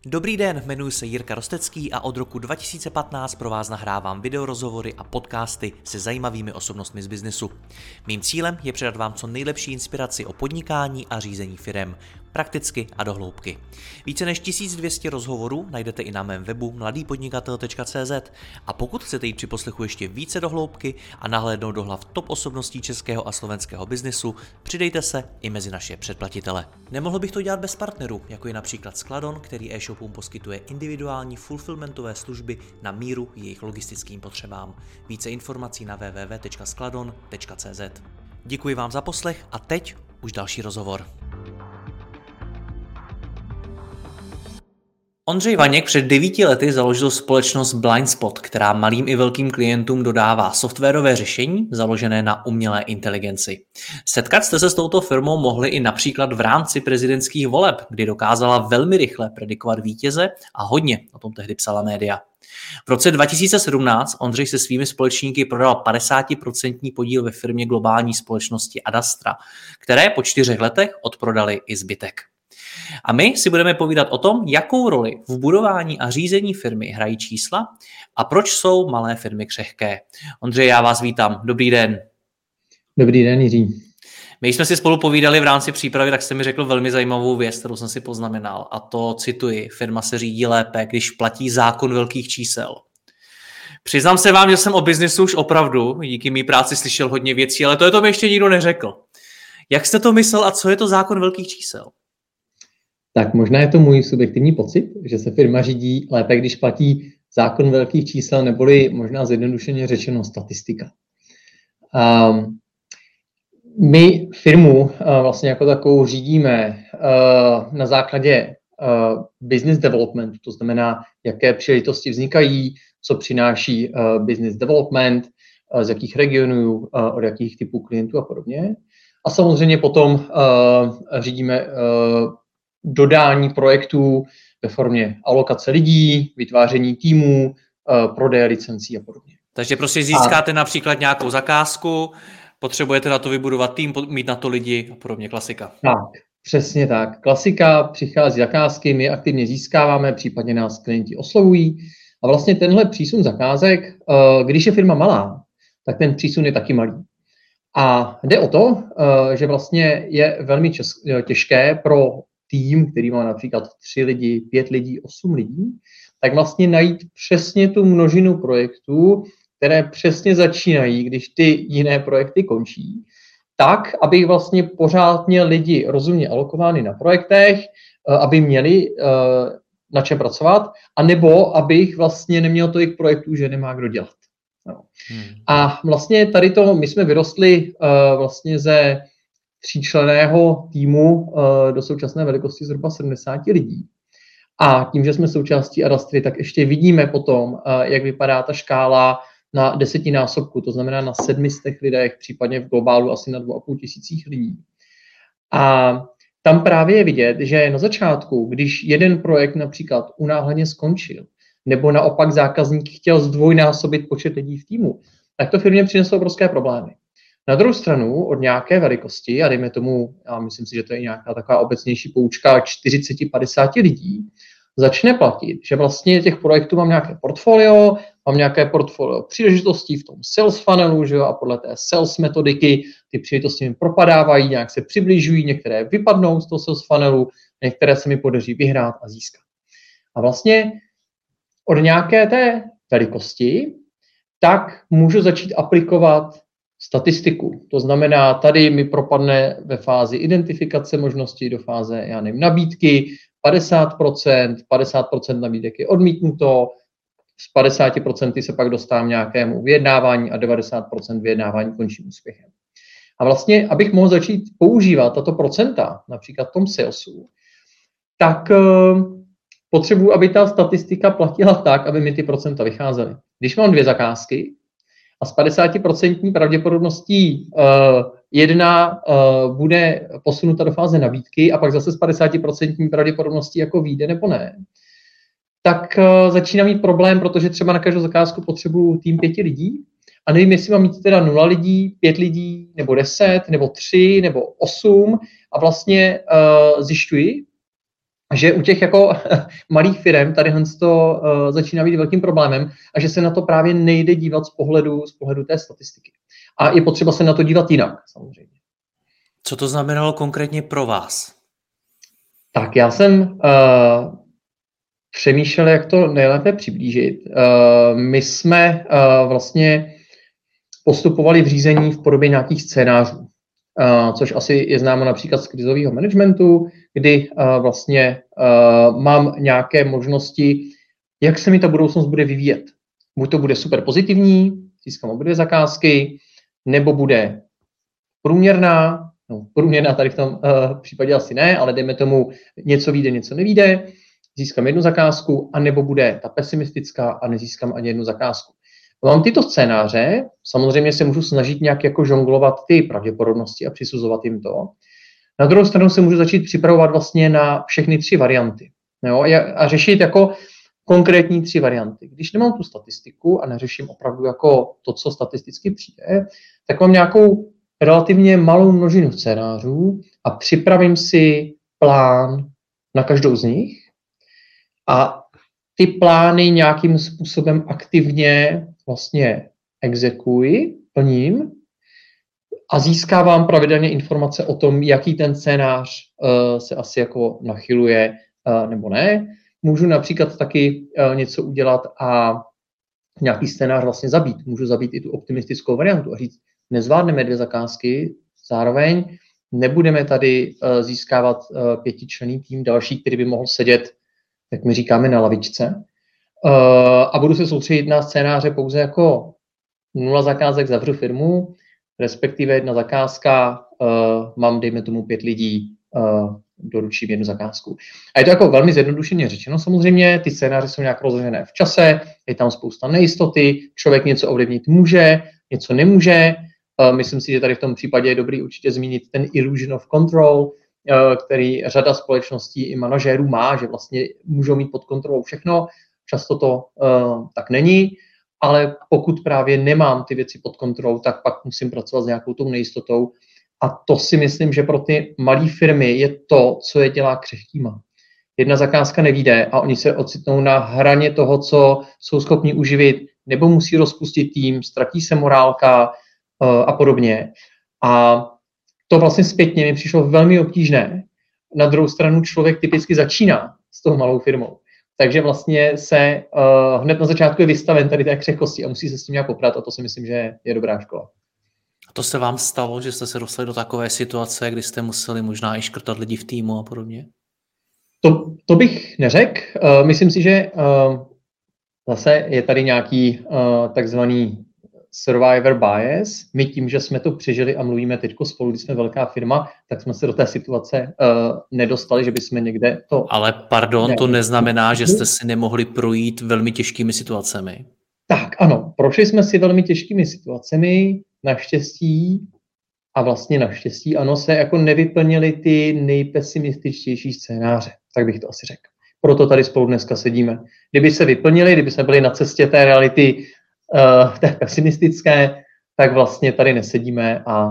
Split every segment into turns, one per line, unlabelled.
Dobrý den, jmenuji se Jirka Rostecký a od roku 2015 pro vás nahrávám videorozhovory a podcasty se zajímavými osobnostmi z biznesu. Mým cílem je předat vám co nejlepší inspiraci o podnikání a řízení firem, prakticky a do hloubky. Více než 1200 rozhovorů najdete i na mém webu mladýpodnikatel.cz a pokud chcete jít při poslechu ještě více do hloubky a nahlédnout do hlav top osobností českého a slovenského biznesu, přidejte se i mezi naše předplatitele. Nemohl bych to dělat bez partnerů, jako je například Skladon, který e-shopům poskytuje individuální fulfillmentové služby na míru jejich logistickým potřebám. Více informací na www.skladon.cz. Děkuji vám za poslech a teď už další rozhovor. Ondřej Vaněk před 9 lety založil společnost Blindspot, která malým i velkým klientům dodává softwarové řešení založené na umělé inteligenci. Setkat jste se s touto firmou mohli i například v rámci prezidentských voleb, kdy dokázala velmi rychle predikovat vítěze a hodně o tom tehdy psala média. V roce 2017 Ondřej se svými společníky prodal 50% podíl ve firmě globální společnosti Adastra, které po 4 letech odprodali i zbytek. A my si budeme povídat o tom, jakou roli v budování a řízení firmy hrají čísla a proč jsou malé firmy křehké. Ondřej, já vás vítám. Dobrý den.
Dobrý den, Jiří.
My jsme si spolu povídali v rámci přípravy, tak jste mi řekl velmi zajímavou věc, kterou jsem si poznamenal. A to cituji, firma se řídí lépe, když platí zákon velkých čísel. Přiznám se vám, že jsem o biznesu už opravdu díky mý práci slyšel hodně věcí, ale to mi ještě nikdo neřekl. Jak jste to myslel a co je to zákon velkých čísel?
Tak možná je to můj subjektivní pocit, že se firma řídí lépe, když platí zákon velkých čísel, neboli možná zjednodušeně řečeno statistika. My firmu vlastně jako takovou řídíme na základě business development, to znamená, jaké příležitosti vznikají, co přináší business development, z jakých regionů, od jakých typů klientů a podobně. A samozřejmě potom řídíme dodání projektů ve formě alokace lidí, vytváření týmů, prodeje licencí a podobně.
Takže prostě získáte například nějakou zakázku, potřebujete na to vybudovat tým, mít na to lidi a podobně, klasika.
Tak, přesně tak. Klasika, přichází zakázky, my aktivně získáváme, případně nás klienti oslovují. A vlastně tenhle přísun zakázek, když je firma malá, tak ten přísun je taky malý. A jde o to, že vlastně je velmi těžké pro tým, který má například 3 lidi, 5 lidí, 8 lidí, tak vlastně najít přesně tu množinu projektů, které přesně začínají, když ty jiné projekty končí, tak, aby vlastně pořád měli lidi rozumně alokovány na projektech, aby měli na čem pracovat, anebo abych vlastně neměl tolik projektů, že nemá kdo dělat. No. A vlastně tady to, my jsme vyrostli vlastně ze 3členného týmu do současné velikosti zhruba 70 lidí. A tím, že jsme součástí Adastry, tak ještě vidíme potom, jak vypadá ta škála na 10násobku, to znamená na 700 lidech, případně v globálu asi na 2500 lidí. A tam právě je vidět, že na začátku, když jeden projekt například unáhleně skončil, nebo naopak zákazník chtěl zdvojnásobit počet lidí v týmu, tak to firmě přineslo obrovské problémy. Na druhou stranu od nějaké velikosti, a dejme tomu, já myslím si, že to je nějaká taková obecnější poučka 40-50 lidí, začne platit, že vlastně těch projektů mám nějaké portfolio, mám nějaké portfolio příležitostí v tom sales funnelu, že jo, a podle té sales metodiky ty příležitosti mi propadávají, nějak se přibližují, některé vypadnou z toho sales funnelu, některé se mi podaří vyhrát a získat. A vlastně od nějaké té velikosti tak můžu začít aplikovat statistiku. To znamená, tady mi propadne ve fázi identifikace možností do fáze, já nevím, nabídky, 50% nabídek je odmítnuto, z 50% se pak dostávám nějakému vyjednávání a 90% vyjednávání končí úspěchem. A vlastně, abych mohl začít používat tato procenta, například v tom salesu, tak potřebuji, aby ta statistika platila tak, aby mi ty procenta vycházely. Když mám 2 zakázky, a s 50% pravděpodobností jedna bude posunuta do fáze nabídky a pak zase s 50% pravděpodobností jako vyjde nebo ne, tak začínám mít problém, protože třeba na každou zakázku potřebuju tým 5 lidí a nevím, jestli mám mít teda 0 lidí, 5 lidí, nebo 10, nebo 3, nebo 8 a vlastně zjišťuji, že u těch jako malých firm tady to začíná být velkým problémem a že se na to právě nejde dívat z pohledu té statistiky. A je potřeba se na to dívat jinak, samozřejmě.
Co to znamenalo konkrétně pro vás?
Tak já jsem přemýšlel, jak to nejlépe přiblížit. My jsme vlastně postupovali v řízení v podobě nějakých scénářů, což asi je známo například z krizového managementu, kdy vlastně mám nějaké možnosti, jak se mi ta budoucnost bude vyvíjet. Buď to bude super pozitivní, získám obě zakázky, nebo bude průměrná, no průměrná tady v tom případě asi ne, ale dejme tomu něco vyjde, něco nevyjde, získám jednu zakázku, anebo bude ta pesimistická a nezískám ani jednu zakázku. Mám tyto scénáře, samozřejmě se můžu snažit nějak jako žonglovat ty pravděpodobnosti a přisuzovat jim to. Na druhou stranu se můžu začít připravovat vlastně na všechny 3 varianty. Jo? A řešit jako konkrétní 3 varianty. Když nemám tu statistiku a neřeším opravdu jako to, co statisticky přijde, tak mám nějakou relativně malou množinu scénářů a připravím si plán na každou z nich a ty plány nějakým způsobem aktivně vlastně exekuji, plním a získávám pravidelně informace o tom, jaký ten scénář se asi jako nachyluje nebo ne. Můžu například taky něco udělat a nějaký scénář vlastně zabít. Můžu zabít i tu optimistickou variantu a říct, nezvládneme 2 zakázky, zároveň nebudeme tady získávat 5členný tým další, který by mohl sedět, jak my říkáme, na lavičce. A budu se soustředit na scénáře pouze jako 0 zakázek, zavřu firmu, respektive 1 zakázka, mám, dejme tomu 5 lidí, doručím 1 zakázku. A je to jako velmi zjednodušeně řečeno. Samozřejmě ty scénáře jsou nějak rozložené v čase, je tam spousta nejistoty, člověk něco ovlivnit může, něco nemůže. Myslím si, že tady v tom případě je dobrý určitě zmínit ten illusion of control, který řada společností i manažérů má, že vlastně můžou mít pod kontrolou všechno. Často to tak není, ale pokud právě nemám ty věci pod kontrolou, tak pak musím pracovat s nějakou tou nejistotou. A to si myslím, že pro ty malé firmy je to, co je dělá křehkýma. 1 zakázka nevyjde a oni se ocitnou na hraně toho, co jsou schopni uživit, nebo musí rozpustit tým, ztratí se morálka a podobně. A to vlastně zpětně mi přišlo velmi obtížné. Na druhou stranu člověk typicky začíná s tou malou firmou. Takže vlastně se hned na začátku je vystaven tady té křehkosti a musí se s tím nějak poprat a to si myslím, že je dobrá škola.
A to se vám stalo, že jste se dostali do takové situace, kdy jste museli možná i škrtat lidi v týmu a podobně?
To bych neřekl. Myslím si, že zase je tady nějaký takzvaný survivor bias. My tím, že jsme to přežili a mluvíme teď spolu, když jsme velká firma, tak jsme se do té situace nedostali, že bychom někde to...
Ale pardon, to neznamená, že jste si nemohli projít velmi těžkými situacemi.
Tak ano, prošli jsme si velmi těžkými situacemi, naštěstí, a vlastně naštěstí, ano, se jako nevyplnily ty nejpesimističtější scénáře, tak bych to asi řekl. Proto tady spolu dneska sedíme. Kdyby se vyplnili, kdyby jsme byli na cestě té reality, té pesimistické, tak vlastně tady nesedíme a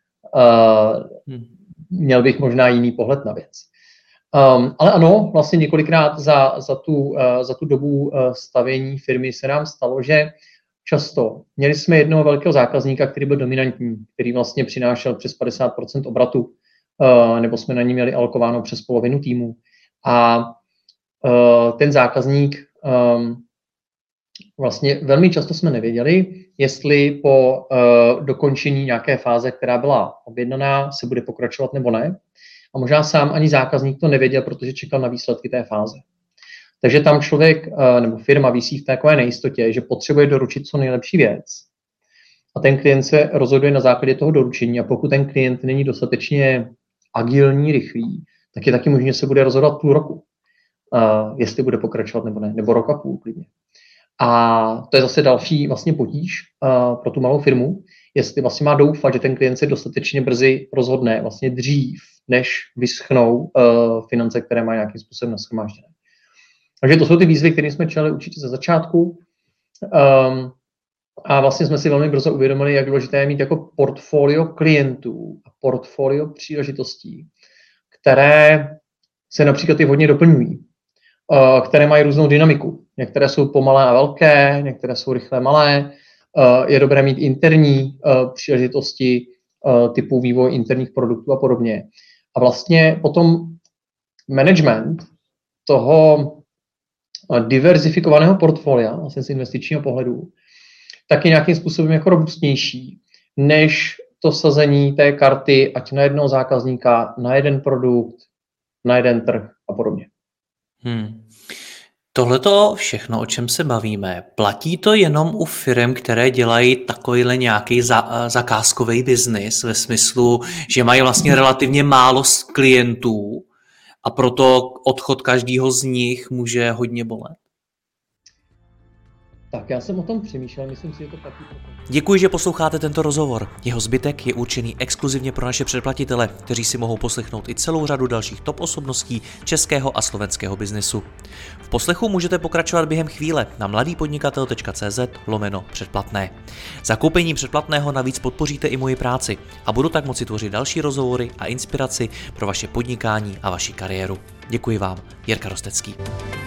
měl bych možná jiný pohled na věc. Ale ano, vlastně několikrát za tu dobu stavění firmy se nám stalo, že často měli jsme jednoho velkého zákazníka, který byl dominantní, který vlastně přinášel přes 50% obratu, nebo jsme na ní měli alokováno přes polovinu týmu. A ten zákazník vlastně velmi často jsme nevěděli, jestli po dokončení nějaké fáze, která byla objednaná, se bude pokračovat nebo ne. A možná sám ani zákazník to nevěděl, protože čekal na výsledky té fáze. Takže tam člověk nebo firma visí v takové nejistotě, že potřebuje doručit co nejlepší věc. A ten klient se rozhoduje na základě toho doručení a pokud ten klient není dostatečně agilní, rychlý, tak je taky možné, že se bude rozhodovat půl roku, jestli bude pokračovat nebo ne, nebo rok a půl klidně. A to je zase další vlastně potíž pro tu malou firmu, jestli vlastně má doufat, že ten klient se dostatečně brzy rozhodne vlastně dřív, než vyschnou finance, které má nějakým způsobem nashromážděné. Takže to jsou ty výzvy, které jsme čelili určitě ze začátku. A vlastně jsme si velmi brzo uvědomili, jak důležité je mít jako portfolio klientů a portfolio příležitostí, které se například i hodně doplňují, které mají různou dynamiku. Některé jsou pomalé a velké, některé jsou rychlé, malé. Je dobré mít interní příležitosti typu vývoj interních produktů a podobně. A vlastně potom management toho diverzifikovaného portfolia, vlastně z investičního pohledu, tak je nějakým způsobem jako robustnější, než to sazení té karty, ať na jednoho zákazníka, na jeden produkt, na jeden trh a podobně.
Tohleto všechno, o čem se bavíme, platí to jenom u firm, které dělají takovýhle nějaký zakázkový biznis ve smyslu, že mají vlastně relativně málo klientů a proto odchod každého z nich může hodně bolet?
Tak já jsem o tom přemýšlel, myslím si, že to platí.
Děkuji, že posloucháte tento rozhovor. Jeho zbytek je určený exkluzivně pro naše předplatitele, kteří si mohou poslechnout i celou řadu dalších top osobností českého a slovenského biznesu. V poslechu můžete pokračovat během chvíle na mladýpodnikatel.cz/předplatné. Zakoupením předplatného navíc podpoříte i moji práci a budu tak moci tvořit další rozhovory a inspiraci pro vaše podnikání a vaši kariéru. Děkuji vám, Jirka Rostecký.